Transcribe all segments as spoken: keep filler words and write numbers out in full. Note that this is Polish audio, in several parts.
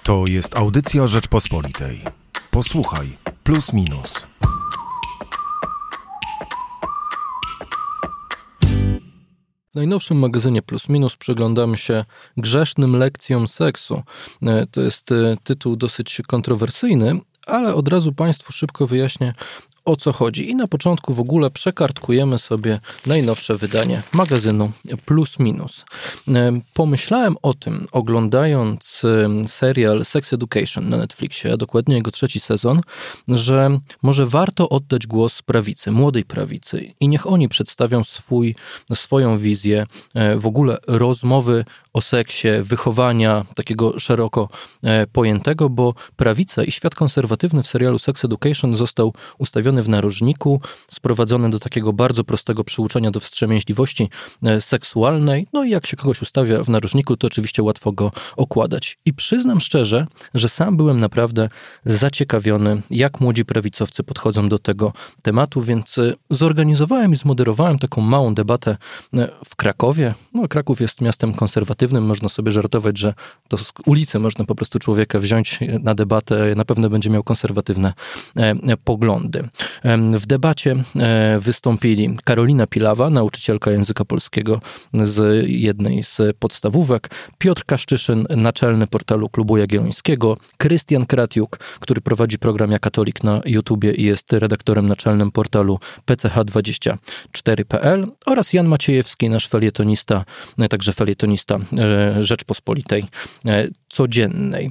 To jest audycja Rzeczpospolitej. Posłuchaj, plus minus. W najnowszym magazynie Plus Minus przyglądamy się grzesznym lekcjom seksu. To jest tytuł dosyć kontrowersyjny, ale od razu Państwu szybko wyjaśnię, o co chodzi. I na początku w ogóle przekartkujemy sobie najnowsze wydanie magazynu Plus Minus. Pomyślałem o tym, oglądając serial Sex Education na Netflixie, a dokładnie jego trzeci sezon, że może warto oddać głos prawicy, młodej prawicy i niech oni przedstawią swój, swoją wizję w ogóle rozmowy o seksie, wychowania takiego szeroko pojętego, bo prawica i świat konserwatywny w serialu Sex Education został ustawiony w narożniku, sprowadzony do takiego bardzo prostego przyuczenia do wstrzemięźliwości seksualnej. No i jak się kogoś ustawia w narożniku, to oczywiście łatwo go okładać. I przyznam szczerze, że sam byłem naprawdę zaciekawiony, jak młodzi prawicowcy podchodzą do tego tematu, więc zorganizowałem i zmoderowałem taką małą debatę w Krakowie. No, Kraków jest miastem konserwatywnym, można sobie żartować, że to z ulicy można po prostu człowieka wziąć na debatę, na pewno będzie miał konserwatywne poglądy. W debacie wystąpili Karolina Pilawa, nauczycielka języka polskiego z jednej z podstawówek, Piotr Kaszczyszyn, naczelny portalu Klubu Jagiellońskiego, Krystian Kratiuk, który prowadzi program Ja Katolik na YouTubie i jest redaktorem naczelnym portalu P C H dwadzieścia cztery kropka p l oraz Jan Maciejewski, nasz felietonista, także felietonista Rzeczpospolitej Codziennej.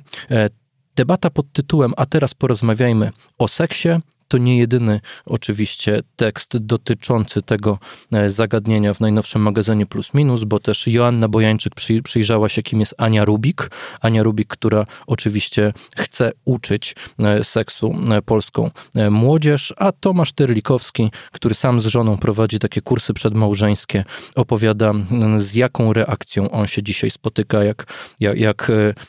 Debata pod tytułem „A teraz porozmawiajmy o seksie” to nie jedyny oczywiście tekst dotyczący tego zagadnienia w najnowszym magazynie Plus Minus, bo też Joanna Bojańczyk przy, przyjrzała się, kim jest Ania Rubik. Ania Rubik, która oczywiście chce uczyć seksu polską młodzież, a Tomasz Terlikowski, który sam z żoną prowadzi takie kursy przedmałżeńskie, opowiada, z jaką reakcją on się dzisiaj spotyka, jak, jak, jak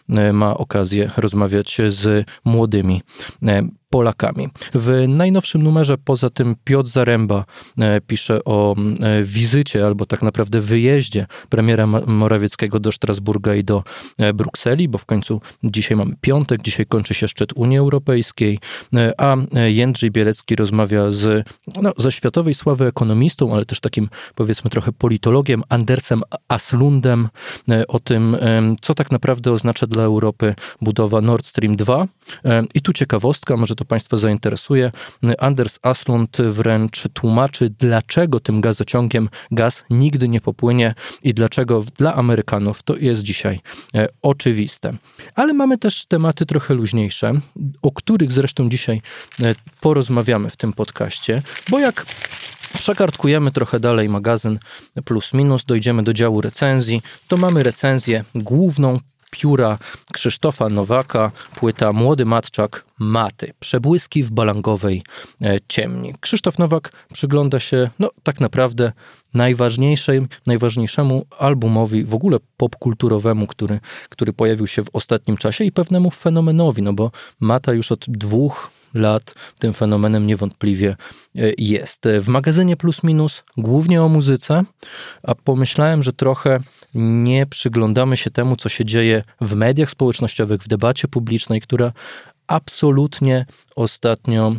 ma okazję rozmawiać z młodymi Polakami. W najnowszym numerze poza tym Piotr Zaręba pisze o wizycie, albo tak naprawdę wyjeździe premiera Morawieckiego do Strasburga i do Brukseli, bo w końcu dzisiaj mamy piątek, dzisiaj kończy się szczyt Unii Europejskiej, a Jędrzej Bielecki rozmawia z, no, ze światowej sławy ekonomistą, ale też takim, powiedzmy, trochę politologiem, Andersem Aslundem, o tym, co tak naprawdę oznacza dla Europy budowa Nord Stream dwa. I tu ciekawostka, może to Państwa zainteresuje. Anders Aslund wręcz tłumaczy, dlaczego tym gazociągiem gaz nigdy nie popłynie i dlaczego dla Amerykanów to jest dzisiaj e, oczywiste. Ale mamy też tematy trochę luźniejsze, o których zresztą dzisiaj e, porozmawiamy w tym podcaście, bo jak przekartkujemy trochę dalej magazyn Plus Minus, dojdziemy do działu recenzji, to mamy recenzję główną pióra Krzysztofa Nowaka, płyta Młody Matczak, Maty. Przebłyski w balangowej e, ciemni. Krzysztof Nowak przygląda się, no tak naprawdę najważniejszej, najważniejszemu albumowi w ogóle popkulturowemu, który, który pojawił się w ostatnim czasie i pewnemu fenomenowi, no bo Mata już od dwóch lat tym fenomenem niewątpliwie jest. W magazynie Plus Minus głównie o muzyce, a pomyślałem, że trochę nie przyglądamy się temu, co się dzieje w mediach społecznościowych, w debacie publicznej, która absolutnie ostatnio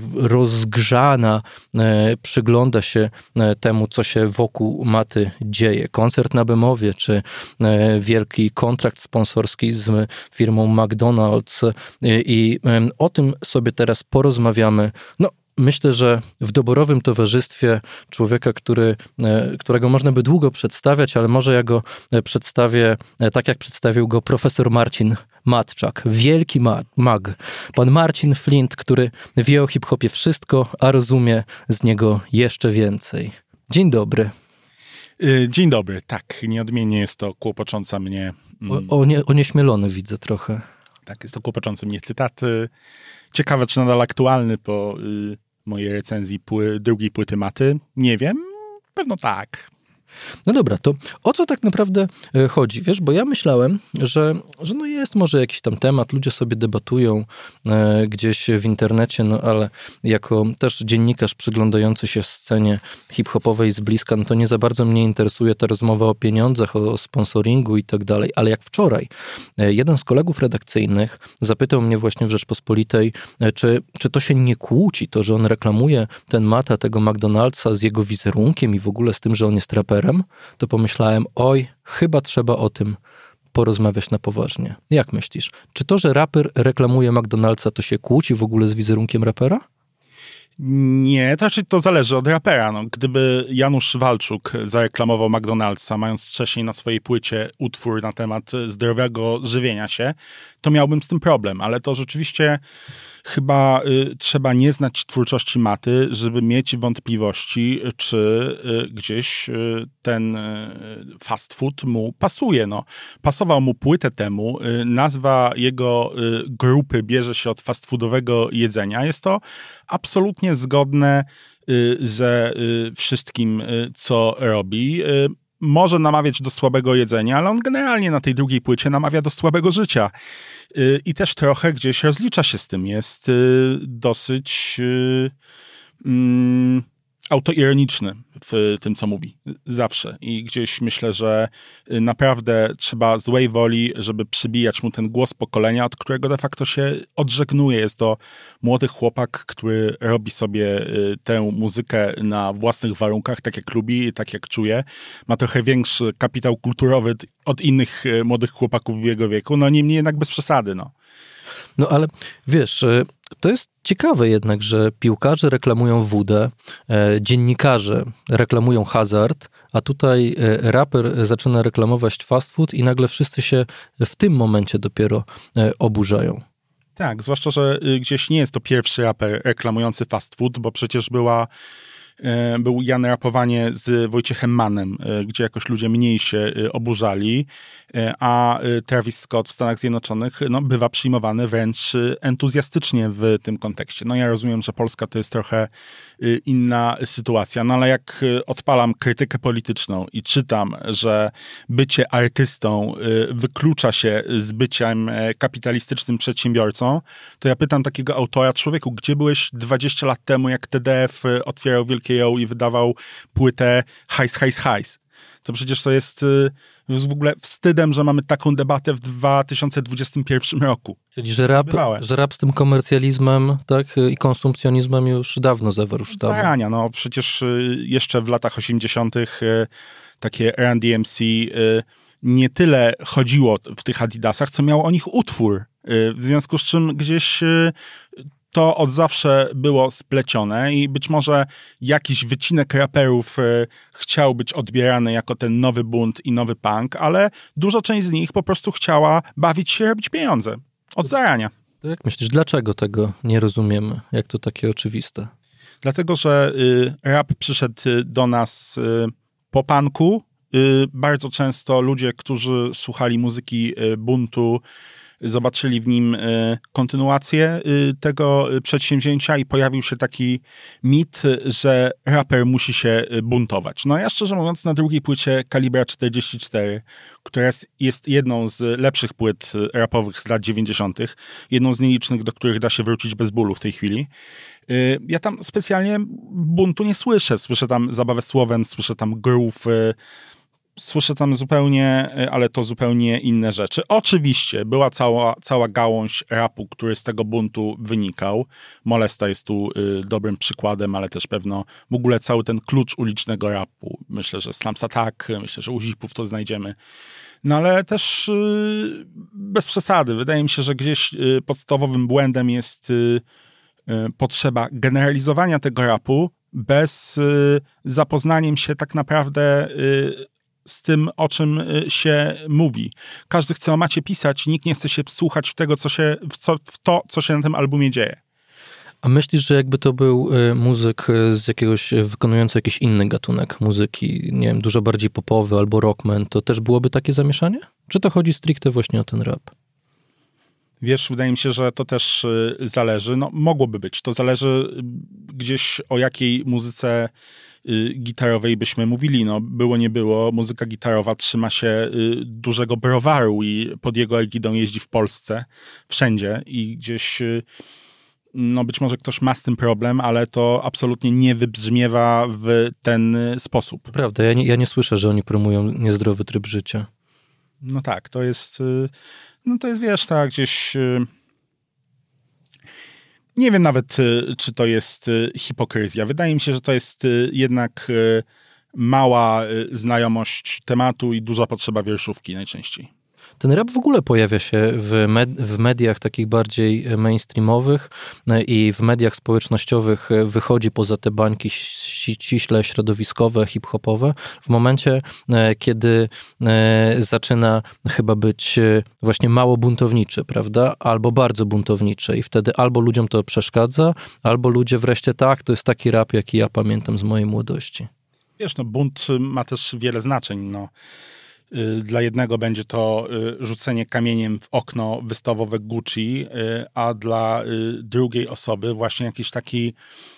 rozgrzana przygląda się temu, co się wokół Maty dzieje. Koncert na Bemowie, czy wielki kontrakt sponsorski z firmą McDonald's i o tym sobie teraz porozmawiamy. No, myślę, że w doborowym towarzystwie człowieka, który, którego można by długo przedstawiać, ale może ja go przedstawię tak, jak przedstawił go profesor Marcin Matczak. Wielki mag. Pan Marcin Flint, który wie o hip-hopie wszystko, a rozumie z niego jeszcze więcej. Dzień dobry. Dzień dobry. Tak, nieodmiennie jest to kłopocząca mnie... O, o nie, onieśmielony widzę trochę. Tak, jest to kłopoczący mnie cytat. Ciekawe, czy nadal aktualny po y, mojej recenzji pły, drugiej płyty Maty. Nie wiem, pewno tak. No dobra, to o co tak naprawdę chodzi? Wiesz, bo ja myślałem, że, że no jest może jakiś tam temat, ludzie sobie debatują e, gdzieś w internecie, no ale jako też dziennikarz przyglądający się scenie hip-hopowej z bliska, no to nie za bardzo mnie interesuje ta rozmowa o pieniądzach, o sponsoringu i tak dalej, ale jak wczoraj e, jeden z kolegów redakcyjnych zapytał mnie właśnie w Rzeczpospolitej, e, czy, czy to się nie kłóci, to, że on reklamuje ten Mata, tego McDonald'sa z jego wizerunkiem i w ogóle z tym, że on jest raperem, to pomyślałem, oj, chyba trzeba o tym porozmawiać na poważnie. Jak myślisz? Czy to, że raper reklamuje McDonald'sa, to się kłóci w ogóle z wizerunkiem rapera? Nie, to znaczy to zależy od rapera. No, gdyby Janusz Walczuk zareklamował McDonald'sa, mając wcześniej na swojej płycie utwór na temat zdrowego żywienia się, to miałbym z tym problem, ale to rzeczywiście chyba y, trzeba nie znać twórczości Maty, żeby mieć wątpliwości, czy y, gdzieś y, ten y, fast food mu pasuje. No. Pasował mu płytę temu, y, nazwa jego y, grupy bierze się od fast foodowego jedzenia. Jest to absolutnie zgodne y, ze y, wszystkim, y, co robi. Y, może namawiać do słabego jedzenia, ale on generalnie na tej drugiej płycie namawia do słabego życia. Yy, I też trochę gdzieś rozlicza się z tym. Jest yy, dosyć yy, yy, autoironiczny w tym, co mówi. Zawsze. I gdzieś myślę, że naprawdę trzeba złej woli, żeby przybijać mu ten głos pokolenia, od którego de facto się odżegnuje. Jest to młody chłopak, który robi sobie tę muzykę na własnych warunkach, tak jak lubi, tak jak czuje. Ma trochę większy kapitał kulturowy od innych młodych chłopaków w jego wieku. No niemniej jednak bez przesady, no. No ale wiesz, to jest ciekawe jednak, że piłkarze reklamują wódę, dziennikarze reklamują hazard, a tutaj raper zaczyna reklamować fast food i nagle wszyscy się w tym momencie dopiero oburzają. Tak, zwłaszcza, że gdzieś nie jest to pierwszy raper reklamujący fast food, bo przecież była był Jan Rapowanie z Wojciechem Mannem, gdzie jakoś ludzie mniej się oburzali, a Travis Scott w Stanach Zjednoczonych no, bywa przyjmowany wręcz entuzjastycznie w tym kontekście. No ja rozumiem, że Polska to jest trochę inna sytuacja, no ale jak odpalam krytykę polityczną i czytam, że bycie artystą wyklucza się z byciem kapitalistycznym przedsiębiorcą, to ja pytam takiego autora, człowieku, gdzie byłeś dwadzieścia lat temu, jak T D F otwierał wielkie i wydawał płytę Hajs, Hajs, Hajs. To przecież to jest w ogóle wstydem, że mamy taką debatę w dwa tysiące dwudziestym pierwszym roku. Czyli, że rap, że rap z tym komercjalizmem, tak, i konsumpcjonizmem już dawno zawarł sztabę. Zarania, no przecież jeszcze w latach osiemdziesiątych takie Run D M C nie tyle chodziło w tych Adidasach, co miało o nich utwór. W związku z czym gdzieś to od zawsze było splecione i być może jakiś wycinek raperów y, chciał być odbierany jako ten nowy bunt i nowy punk, ale duża część z nich po prostu chciała bawić się, robić pieniądze. Od zarania. To jak myślisz, dlaczego tego nie rozumiemy? Jak to takie oczywiste? Dlatego, że y, rap przyszedł do nas y, po punku. Y, bardzo często ludzie, którzy słuchali muzyki y, buntu, zobaczyli w nim kontynuację tego przedsięwzięcia i pojawił się taki mit, że raper musi się buntować. No ja szczerze mówiąc na drugiej płycie Kalibra czterdzieści cztery, która jest jedną z lepszych płyt rapowych z lat dziewięćdziesiątych, jedną z nielicznych, do których da się wrócić bez bólu w tej chwili, ja tam specjalnie buntu nie słyszę. Słyszę tam zabawę słowem, słyszę tam groove, słyszę tam zupełnie, ale to zupełnie inne rzeczy. Oczywiście była cała, cała gałąź rapu, który z tego buntu wynikał. Molesta jest tu y, dobrym przykładem, ale też pewno w ogóle cały ten klucz ulicznego rapu. Myślę, że Slums Attack, myślę, że u Zipów to znajdziemy. No ale też y, bez przesady. Wydaje mi się, że gdzieś y, podstawowym błędem jest y, y, potrzeba generalizowania tego rapu bez y, zapoznaniem się tak naprawdę y, z tym, o czym się mówi. Każdy chce o Macie pisać, nikt nie chce się wsłuchać w, tego, co się, w, co, w to, co się na tym albumie dzieje. A myślisz, że jakby to był muzyk z jakiegoś, wykonujący jakiś inny gatunek muzyki, nie wiem, dużo bardziej popowy albo rockman, to też byłoby takie zamieszanie? Czy to chodzi stricte właśnie o ten rap? Wiesz, wydaje mi się, że to też zależy. No, mogłoby być. To zależy gdzieś o jakiej muzyce gitarowej byśmy mówili, no było nie było, muzyka gitarowa trzyma się dużego browaru i pod jego egidą jeździ w Polsce, wszędzie i gdzieś no być może ktoś ma z tym problem, ale to absolutnie nie wybrzmiewa w ten sposób. Prawda, ja nie, ja nie słyszę, że oni promują niezdrowy tryb życia. No tak, to jest, no to jest, wiesz, tak gdzieś... Nie wiem nawet, czy to jest hipokryzja. Wydaje mi się, że to jest jednak mała znajomość tematu i duża potrzeba wierszówki najczęściej. Ten rap w ogóle pojawia się w, med- w mediach takich bardziej mainstreamowych i w mediach społecznościowych wychodzi poza te bańki ściśle środowiskowe, hip-hopowe w momencie, kiedy zaczyna chyba być właśnie mało buntowniczy, prawda? Albo bardzo buntowniczy i wtedy albo ludziom to przeszkadza, albo ludzie wreszcie tak, to jest taki rap, jaki ja pamiętam z mojej młodości. Wiesz, no bunt ma też wiele znaczeń, no. Dla jednego będzie to rzucenie kamieniem w okno wystawowe Gucci, a dla drugiej osoby właśnie jakiś taki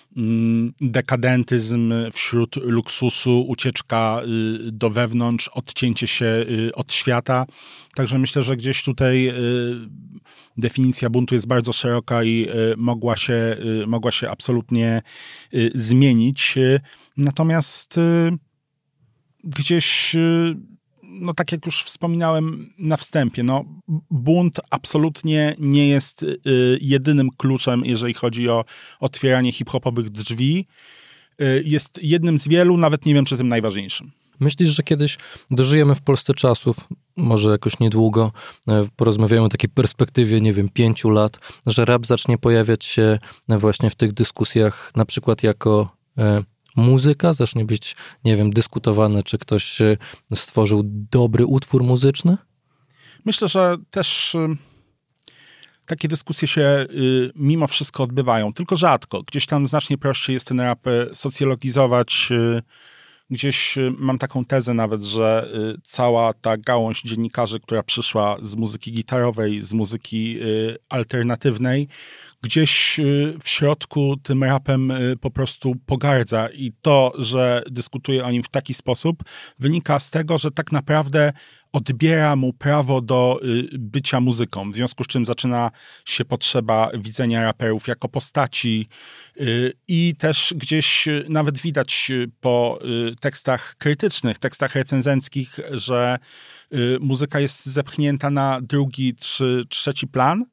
dekadentyzm wśród luksusu, ucieczka do wewnątrz, odcięcie się od świata. Także myślę, że gdzieś tutaj definicja buntu jest bardzo szeroka i mogła się, mogła się absolutnie zmienić. Natomiast gdzieś... No tak jak już wspominałem na wstępie, no bunt absolutnie nie jest y, jedynym kluczem, jeżeli chodzi o otwieranie hip-hopowych drzwi. Y, jest jednym z wielu, nawet nie wiem, czy tym najważniejszym. Myślisz, że kiedyś dożyjemy w Polsce czasów, może jakoś niedługo, porozmawiamy o takiej perspektywie, nie wiem, pięciu lat, że rap zacznie pojawiać się właśnie w tych dyskusjach, na przykład jako... E, muzyka zacznie być, nie wiem, dyskutowane, czy ktoś stworzył dobry utwór muzyczny? Myślę, że też takie dyskusje się mimo wszystko odbywają, tylko rzadko. Gdzieś tam znacznie prościej jest ten rap socjologizować. Gdzieś mam taką tezę nawet, że cała ta gałąź dziennikarzy, która przyszła z muzyki gitarowej, z muzyki alternatywnej, gdzieś w środku tym rapem po prostu pogardza i to, że dyskutuje o nim w taki sposób, wynika z tego, że tak naprawdę odbiera mu prawo do bycia muzyką, w związku z czym zaczyna się potrzeba widzenia raperów jako postaci i też gdzieś nawet widać po tekstach krytycznych, tekstach recenzenckich, że muzyka jest zepchnięta na drugi czy trzeci plan.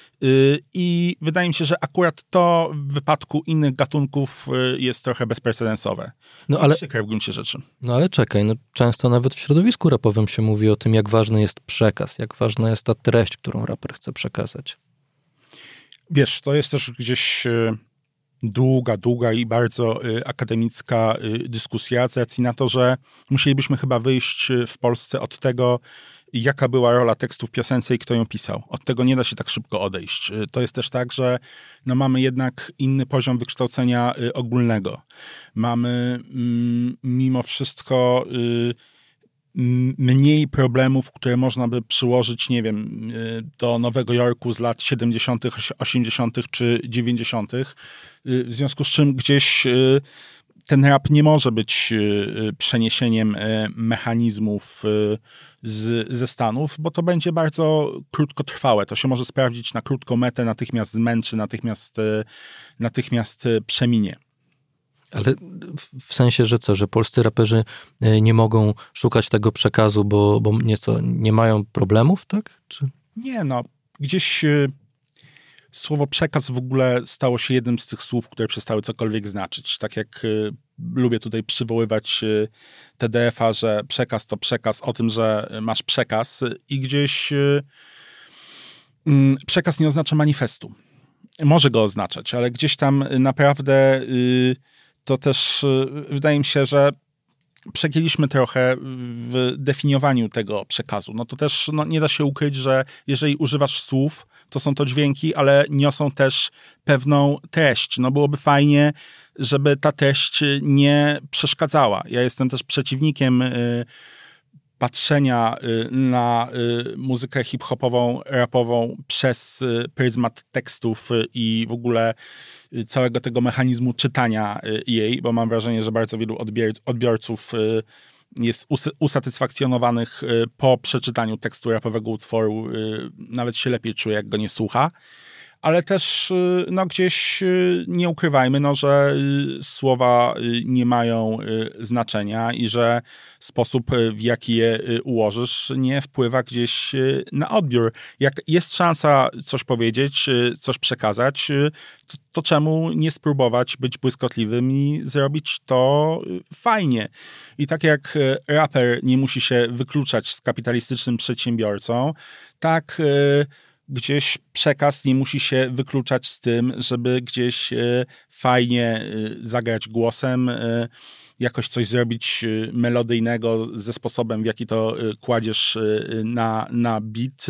I wydaje mi się, że akurat to w wypadku innych gatunków jest trochę bezprecedensowe. No ale przykre w gruncie rzeczy. No ale czekaj, no często nawet w środowisku rapowym się mówi o tym, jak ważny jest przekaz, jak ważna jest ta treść, którą raper chce przekazać. Wiesz, to jest też gdzieś długa, długa i bardzo akademicka dyskusja z racji na to, że musielibyśmy chyba wyjść w Polsce od tego, jaka była rola tekstu w piosence i kto ją pisał. Od tego nie da się tak szybko odejść. To jest też tak, że no mamy jednak inny poziom wykształcenia ogólnego. Mamy mm, mimo wszystko y, mniej problemów, które można by przyłożyć, nie wiem, do Nowego Jorku z lat siedemdziesiątych, osiemdziesiątych czy dziewięćdziesiątych. W związku z czym gdzieś ten rap nie może być przeniesieniem mechanizmów z, ze Stanów, bo to będzie bardzo krótkotrwałe. To się może sprawdzić na krótką metę, natychmiast zmęczy, natychmiast, natychmiast przeminie. Ale w sensie, że co, że polscy raperzy nie mogą szukać tego przekazu, bo, bo nieco nie mają problemów, tak? Czy... Nie, no, gdzieś słowo przekaz w ogóle stało się jednym z tych słów, które przestały cokolwiek znaczyć. Tak jak y, lubię tutaj przywoływać y, T D F a, że przekaz to przekaz o tym, że masz przekaz i gdzieś y, y, przekaz nie oznacza manifestu. Może go oznaczać, ale gdzieś tam naprawdę y, to też y, wydaje mi się, że przegięliśmy trochę w definiowaniu tego przekazu. No to też no, nie da się ukryć, że jeżeli używasz słów, to są to dźwięki, ale niosą też pewną treść. No byłoby fajnie, żeby ta treść nie przeszkadzała. Ja jestem też przeciwnikiem y, patrzenia na muzykę hip-hopową, rapową przez pryzmat tekstów i w ogóle całego tego mechanizmu czytania jej, bo mam wrażenie, że bardzo wielu odbior- odbiorców jest us- usatysfakcjonowanych po przeczytaniu tekstu rapowego utworu, nawet się lepiej czuje, jak go nie słucha. Ale też no, gdzieś nie ukrywajmy, no, że słowa nie mają znaczenia i że sposób, w jaki je ułożysz, nie wpływa gdzieś na odbiór. Jak jest szansa coś powiedzieć, coś przekazać, to, to czemu nie spróbować być błyskotliwym i zrobić to fajnie. I tak jak raper nie musi się wykluczać z kapitalistycznym przedsiębiorcą, tak gdzieś przekaz nie musi się wykluczać z tym, żeby gdzieś fajnie zagrać głosem, jakoś coś zrobić melodyjnego ze sposobem, w jaki to kładziesz na, na beat.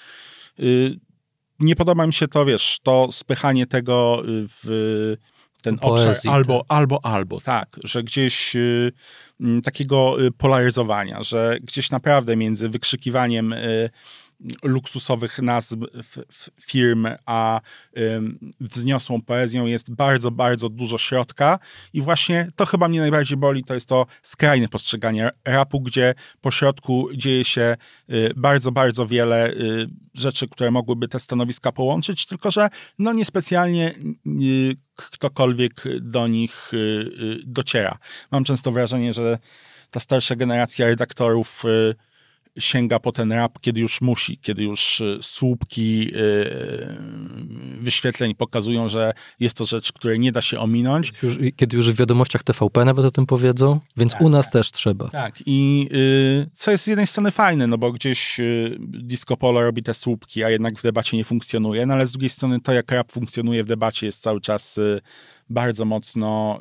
Nie podoba mi się to, wiesz, to spychanie tego w ten Poezji, obszar albo, tak. albo, albo, tak, że gdzieś y, y, takiego polaryzowania, że gdzieś naprawdę między wykrzykiwaniem y, luksusowych nazw f, f, firm, a y, wzniosłą poezją jest bardzo, bardzo dużo środka i właśnie to chyba mnie najbardziej boli, to jest to skrajne postrzeganie rapu, gdzie po środku dzieje się y, bardzo, bardzo wiele y, rzeczy, które mogłyby te stanowiska połączyć, tylko że no niespecjalnie y, ktokolwiek do nich y, y, dociera. Mam często wrażenie, że ta starsza generacja redaktorów y, sięga po ten rap, kiedy już musi, kiedy już słupki wyświetleń pokazują, że jest to rzecz, której nie da się ominąć. Już, kiedy już w wiadomościach T V P nawet o tym powiedzą, więc tak, u nas tak. też trzeba. Tak, i co jest z jednej strony fajne, no bo gdzieś Disco Polo robi te słupki, a jednak w debacie nie funkcjonuje, no ale z drugiej strony to, jak rap funkcjonuje w debacie, jest cały czas bardzo mocno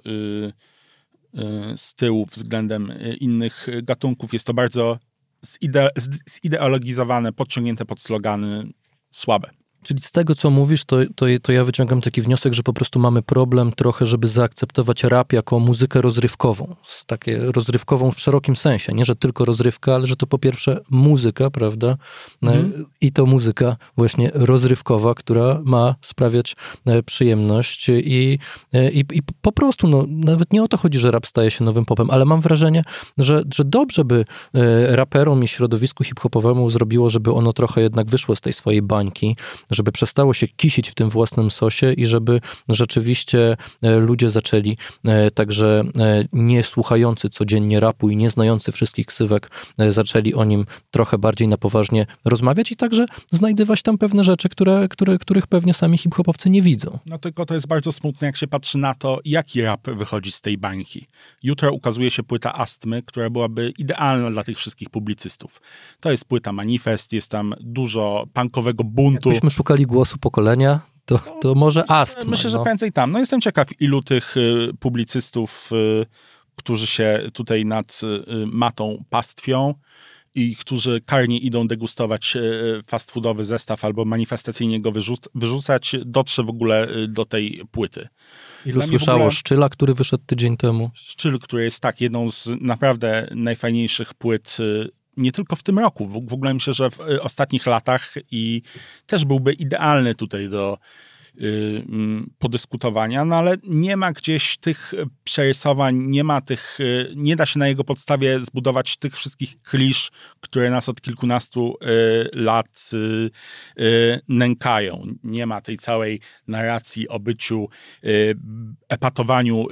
z tyłu względem innych gatunków. Jest to bardzo Zide, zideologizowane, podciągnięte pod slogany, słabe. Czyli z tego, co mówisz, to, to, to ja wyciągam taki wniosek, że po prostu mamy problem trochę, żeby zaakceptować rap jako muzykę rozrywkową. Takie rozrywkową w szerokim sensie. Nie, że tylko rozrywka, ale że to po pierwsze muzyka, prawda? Mhm. I to muzyka właśnie rozrywkowa, która ma sprawiać przyjemność i, i, i po prostu, no, nawet nie o to chodzi, że rap staje się nowym popem, ale mam wrażenie, że, że dobrze by raperom i środowisku hip-hopowemu zrobiło, żeby ono trochę jednak wyszło z tej swojej bańki, żeby przestało się kisić w tym własnym sosie i żeby rzeczywiście ludzie zaczęli, także nie słuchający codziennie rapu i nie znający wszystkich ksywek, zaczęli o nim trochę bardziej na poważnie rozmawiać i także znajdywać tam pewne rzeczy, które, które, których pewnie sami hip-hopowcy nie widzą. No tylko to jest bardzo smutne, jak się patrzy na to, jaki rap wychodzi z tej bańki. Jutro ukazuje się płyta Astmy, która byłaby idealna dla tych wszystkich publicystów. To jest płyta Manifest, jest tam dużo punkowego buntu. Jakbyśmy szukali głosu pokolenia, to, to może Astma. Myślę, że no. prędzej tam. No jestem ciekaw, ilu tych y, publicystów, y, którzy się tutaj nad y, matą pastwią i którzy karnie idą degustować y, fast foodowy zestaw albo manifestacyjnie go wyrzuc- wyrzucać, dotrze w ogóle y, do tej płyty. Ilu słyszało ogóle... Szczyla, który wyszedł tydzień temu? Szczyl, który jest tak jedną z naprawdę najfajniejszych płyt y, nie tylko w tym roku. W ogóle myślę, że w ostatnich latach i też byłby idealny tutaj do y, podyskutowania, no ale nie ma gdzieś tych przerysowań, nie ma tych, y, nie da się na jego podstawie zbudować tych wszystkich klisz, które nas od kilkunastu y, lat y, y, nękają. Nie ma tej całej narracji o byciu, y, epatowaniu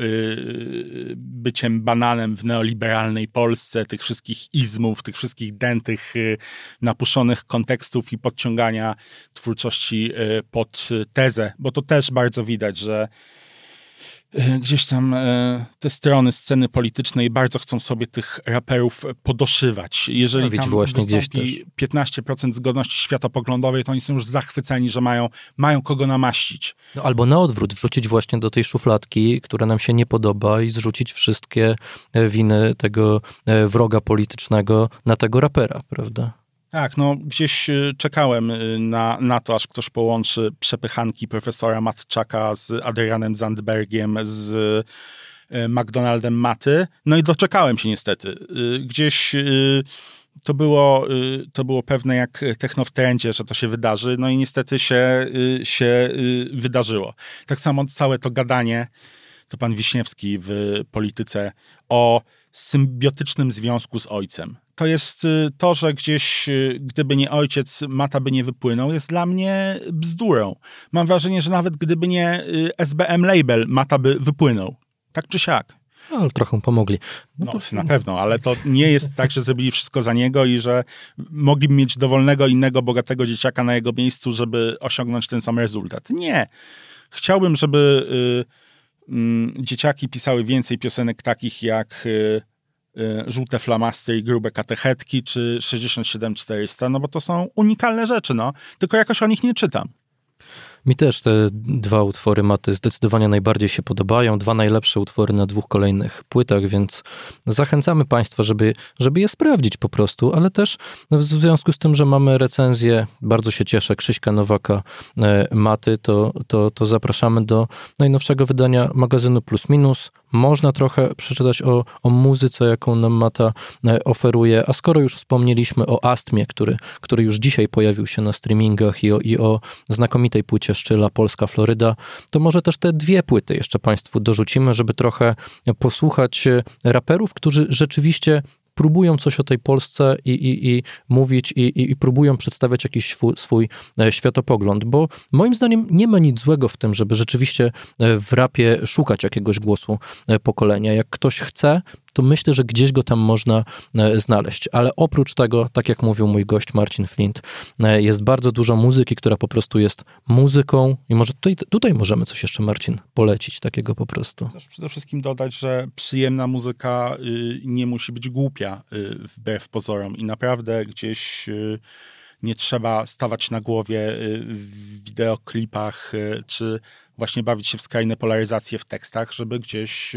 y, byciem bananem w neoliberalnej Polsce, tych wszystkich izmów, tych wszystkich dętych, y, napuszonych kontekstów i podciągania twórczości y, pod tezę, bo to też bardzo widać, że gdzieś tam te strony sceny politycznej bardzo chcą sobie tych raperów podoszywać. Jeżeli no, tam właśnie wystąpi piętnaście procent zgodności światopoglądowej, to oni są już zachwyceni, że mają, mają kogo namaścić. No, albo na odwrót, wrzucić właśnie do tej szufladki, która nam się nie podoba i zrzucić wszystkie winy tego wroga politycznego na tego rapera, prawda? Tak, no gdzieś czekałem na, na to, aż ktoś połączy przepychanki profesora Matczaka z Adrianem Zandbergiem, z McDonaldem Maty. No i doczekałem się niestety. Gdzieś to było, to było pewne jak techno w trendzie, że to się wydarzy, no i niestety się, się wydarzyło. Tak samo całe to gadanie, to pan Wiśniewski w Polityce, o symbiotycznym związku z ojcem. To jest to, że gdzieś, gdyby nie ojciec, Mata by nie wypłynął, jest dla mnie bzdurą. Mam wrażenie, że nawet gdyby nie S B M label, Mata by wypłynął. Tak czy siak. No, ale trochę pomogli. No, no na pewno, ale to nie jest tak, że zrobili wszystko za niego i że mogliby mieć dowolnego, innego, bogatego dzieciaka na jego miejscu, żeby osiągnąć ten sam rezultat. Nie. Chciałbym, żeby y, y, dzieciaki pisały więcej piosenek takich jak y, y, Żółte flamastry i Grube katechetki, czy sześćdziesiąt siedem czterysta, no bo to są unikalne rzeczy, no. Tylko jakoś o nich nie czytam. Mi też te dwa utwory Maty zdecydowanie najbardziej się podobają. Dwa najlepsze utwory na dwóch kolejnych płytach, więc zachęcamy Państwa, żeby, żeby je sprawdzić po prostu, ale też w związku z tym, że mamy recenzję, bardzo się cieszę, Krzyśka Nowaka Maty, to, to, to zapraszamy do najnowszego wydania magazynu Plus Minus. Można trochę przeczytać o, o muzyce, jaką nam Mata oferuje, a skoro już wspomnieliśmy o Astmie, który, który już dzisiaj pojawił się na streamingach i o, i o znakomitej płycie Szczyla Polska Floryda, to może też te dwie płyty jeszcze Państwu dorzucimy, żeby trochę posłuchać raperów, którzy rzeczywiście próbują coś o tej Polsce i, i, i mówić i, i próbują przedstawiać jakiś swój, swój światopogląd, bo moim zdaniem nie ma nic złego w tym, żeby rzeczywiście w rapie szukać jakiegoś głosu pokolenia. Jak ktoś chce, to myślę, że gdzieś go tam można znaleźć. Ale oprócz tego, tak jak mówił mój gość Marcin Flint, jest bardzo dużo muzyki, która po prostu jest muzyką i może tutaj, tutaj możemy coś jeszcze, Marcin, polecić takiego po prostu. Też przede wszystkim dodać, że przyjemna muzyka nie musi być głupia wbrew pozorom i naprawdę gdzieś nie trzeba stawać na głowie w wideoklipach, czy właśnie bawić się w skrajne polaryzacje w tekstach, żeby gdzieś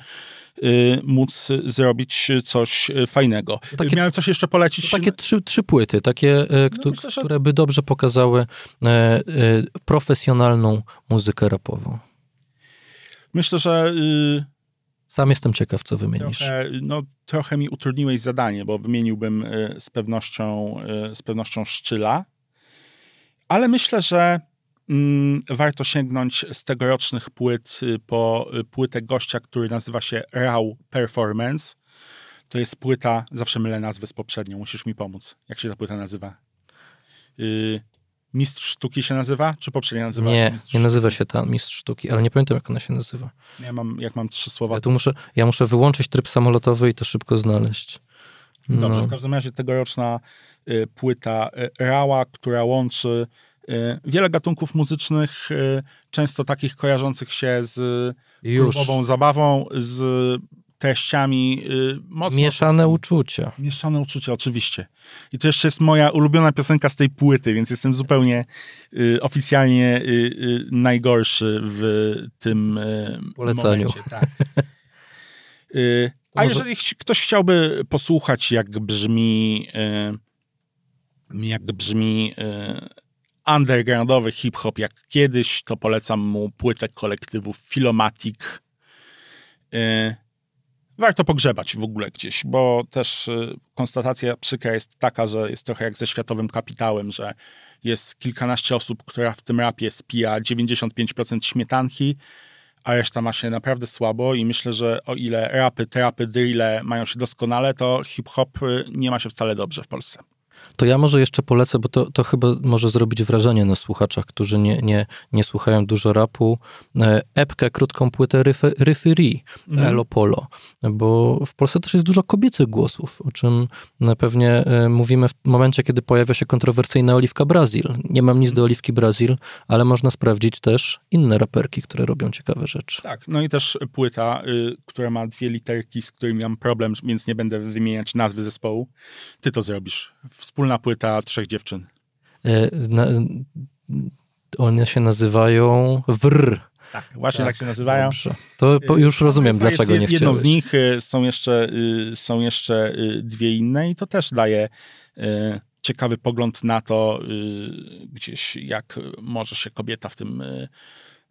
móc zrobić coś fajnego. Takie, Miałem coś jeszcze polecić? Takie trzy, trzy płyty, takie, no kto, myślę, że... które by dobrze pokazały profesjonalną muzykę rapową. Myślę, że sam jestem ciekaw, co wymienisz. Trochę, no, trochę mi utrudniłeś zadanie, bo wymieniłbym z pewnością, z pewnością Szczyla, ale myślę, że mm, warto sięgnąć z tegorocznych płyt po płytę gościa, który nazywa się Raw Performance. To jest płyta, zawsze mylę nazwę z poprzednią, musisz mi pomóc. Jak się ta płyta nazywa? Yy, Mistrz Sztuki się nazywa? Czy poprzednia nazywa nie, się Mistrz Nie, nie nazywa Sztuki? się ta Mistrz Sztuki, ale nie pamiętam, jak ona się nazywa. Ja mam, jak mam trzy słowa. Ja, tu muszę, ja muszę wyłączyć tryb samolotowy i to szybko znaleźć. No. Dobrze, w każdym razie tegoroczna y, płyta y, Rała, która łączy y, wiele gatunków muzycznych, y, często takich kojarzących się z klubową zabawą, z treściami y, mocno... Mieszane czasami. uczucia. Mieszane uczucia, oczywiście. I to jeszcze jest moja ulubiona piosenka z tej płyty, więc jestem zupełnie y, oficjalnie y, y, najgorszy w tym y, polecaniu. Momencie. Tak. y, a Może... jeżeli ch- ktoś chciałby posłuchać, jak brzmi y, jak brzmi y, undergroundowy hip-hop jak kiedyś, to polecam mu płytę kolektywów Filomatic. Y, Warto pogrzebać w ogóle gdzieś, bo też y, konstatacja przykra jest taka, że jest trochę jak ze Światowym Kapitałem, że jest kilkanaście osób, która w tym rapie spija dziewięćdziesiąt pięć procent śmietanki, a reszta ma się naprawdę słabo i myślę, że o ile rapy, trapy, drille mają się doskonale, to hip-hop y, nie ma się wcale dobrze w Polsce. To ja może jeszcze polecę, bo to, to chyba może zrobić wrażenie na słuchaczach, którzy nie, nie, nie słuchają dużo rapu. Epkę, krótką płytę Ryfy mm. Elo Polo, bo w Polsce też jest dużo kobiecych głosów, o czym pewnie mówimy w momencie, kiedy pojawia się kontrowersyjna Oliwka Brazil. Nie mam nic do Oliwki Brazil, ale można sprawdzić też inne raperki, które robią ciekawe rzeczy. Tak, no i też płyta, y, która ma dwie literki, z którymi mam problem, więc nie będę wymieniać nazwy zespołu. Ty to zrobisz. Wspólna płyta trzech dziewczyn. Na, one się nazywają W R R. Tak, właśnie tak, tak się nazywają. Dobrze. To po, już rozumiem, to dlaczego nie chciałeś. Jedną z nich są jeszcze, są jeszcze dwie inne i to też daje ciekawy pogląd na to, gdzieś jak może się kobieta w tym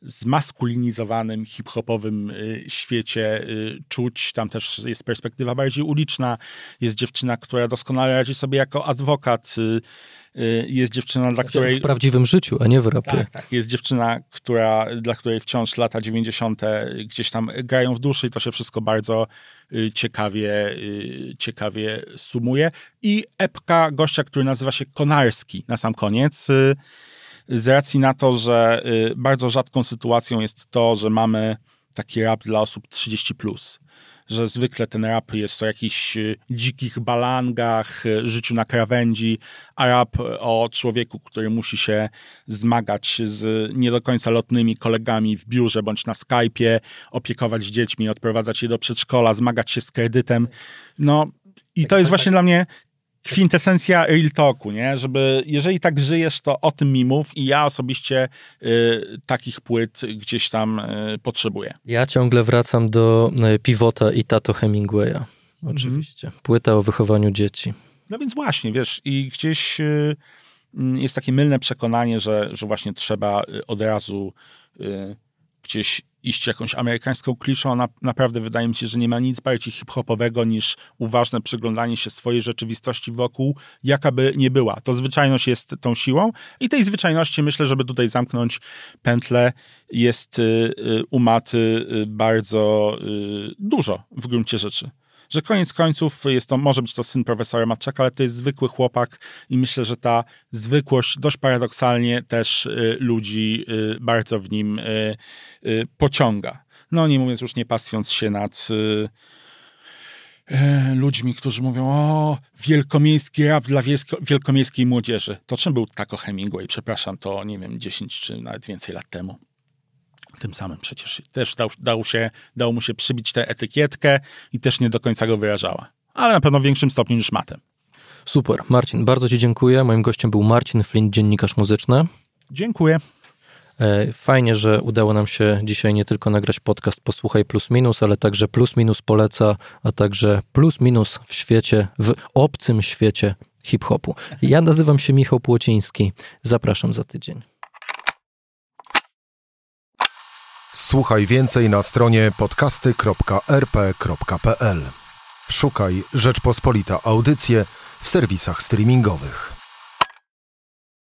zmaskulinizowanym, hip-hopowym świecie czuć. Tam też jest perspektywa bardziej uliczna. Jest dziewczyna, która doskonale radzi sobie jako adwokat. Jest dziewczyna, dla której... W prawdziwym życiu, a nie w rapie. Tak, tak. Jest dziewczyna, która, dla której wciąż lata dziewięćdziesiąte gdzieś tam grają w duszy i to się wszystko bardzo ciekawie, ciekawie sumuje. I epka gościa, który nazywa się Konarski na sam koniec. Z racji na to, że bardzo rzadką sytuacją jest to, że mamy taki rap dla osób trzydzieści plus. Że zwykle ten rap jest o jakichś dzikich balangach, życiu na krawędzi, a rap o człowieku, który musi się zmagać z nie do końca lotnymi kolegami w biurze bądź na Skype'ie, opiekować dziećmi, odprowadzać je do przedszkola, zmagać się z kredytem. No i to jest właśnie dla mnie kwintesencja real talku, nie? Żeby, jeżeli tak żyjesz, to o tym mi mów i ja osobiście y, takich płyt gdzieś tam y, potrzebuję. Ja ciągle wracam do y, Pivota i Tato Hemingwaya. Oczywiście. Mhm. Płyta o wychowaniu dzieci. No więc właśnie, wiesz, i gdzieś y, jest takie mylne przekonanie, że, że właśnie trzeba od razu y, gdzieś iść jakąś amerykańską kliszą. Na, naprawdę wydaje mi się, że nie ma nic bardziej hip-hopowego niż uważne przyglądanie się swojej rzeczywistości wokół, jaka by nie była. To zwyczajność jest tą siłą i tej zwyczajności, myślę, żeby tutaj zamknąć pętlę, jest y, u Maty y, bardzo y, dużo w gruncie rzeczy. Że koniec końców jest to, może być to syn profesora Matczaka, ale to jest zwykły chłopak i myślę, że ta zwykłość dość paradoksalnie też y, ludzi y, bardzo w nim y, y, pociąga. No nie mówiąc już, nie pastwiąc się nad y, y, ludźmi, którzy mówią, o, wielkomiejski rap dla wielko, wielkomiejskiej młodzieży. To czym był Taco Hemingway? Przepraszam, to nie wiem, dziesięć czy nawet więcej lat temu. Tym samym przecież też dał, dał, się, dał mu się przybić tę etykietkę i też nie do końca go wyrażała. Ale na pewno w większym stopniu niż Matę. Super. Marcin, bardzo ci dziękuję. Moim gościem był Marcin Flint, dziennikarz muzyczny. Dziękuję. Fajnie, że udało nam się dzisiaj nie tylko nagrać podcast Posłuchaj Plus Minus, ale także Plus Minus poleca, a także Plus Minus w świecie, w obcym świecie hip-hopu. Ja nazywam się Michał Płociński. Zapraszam za tydzień. Słuchaj więcej na stronie podcasty kropka er pe kropka pe el. Szukaj Rzeczpospolita Audycje w serwisach streamingowych.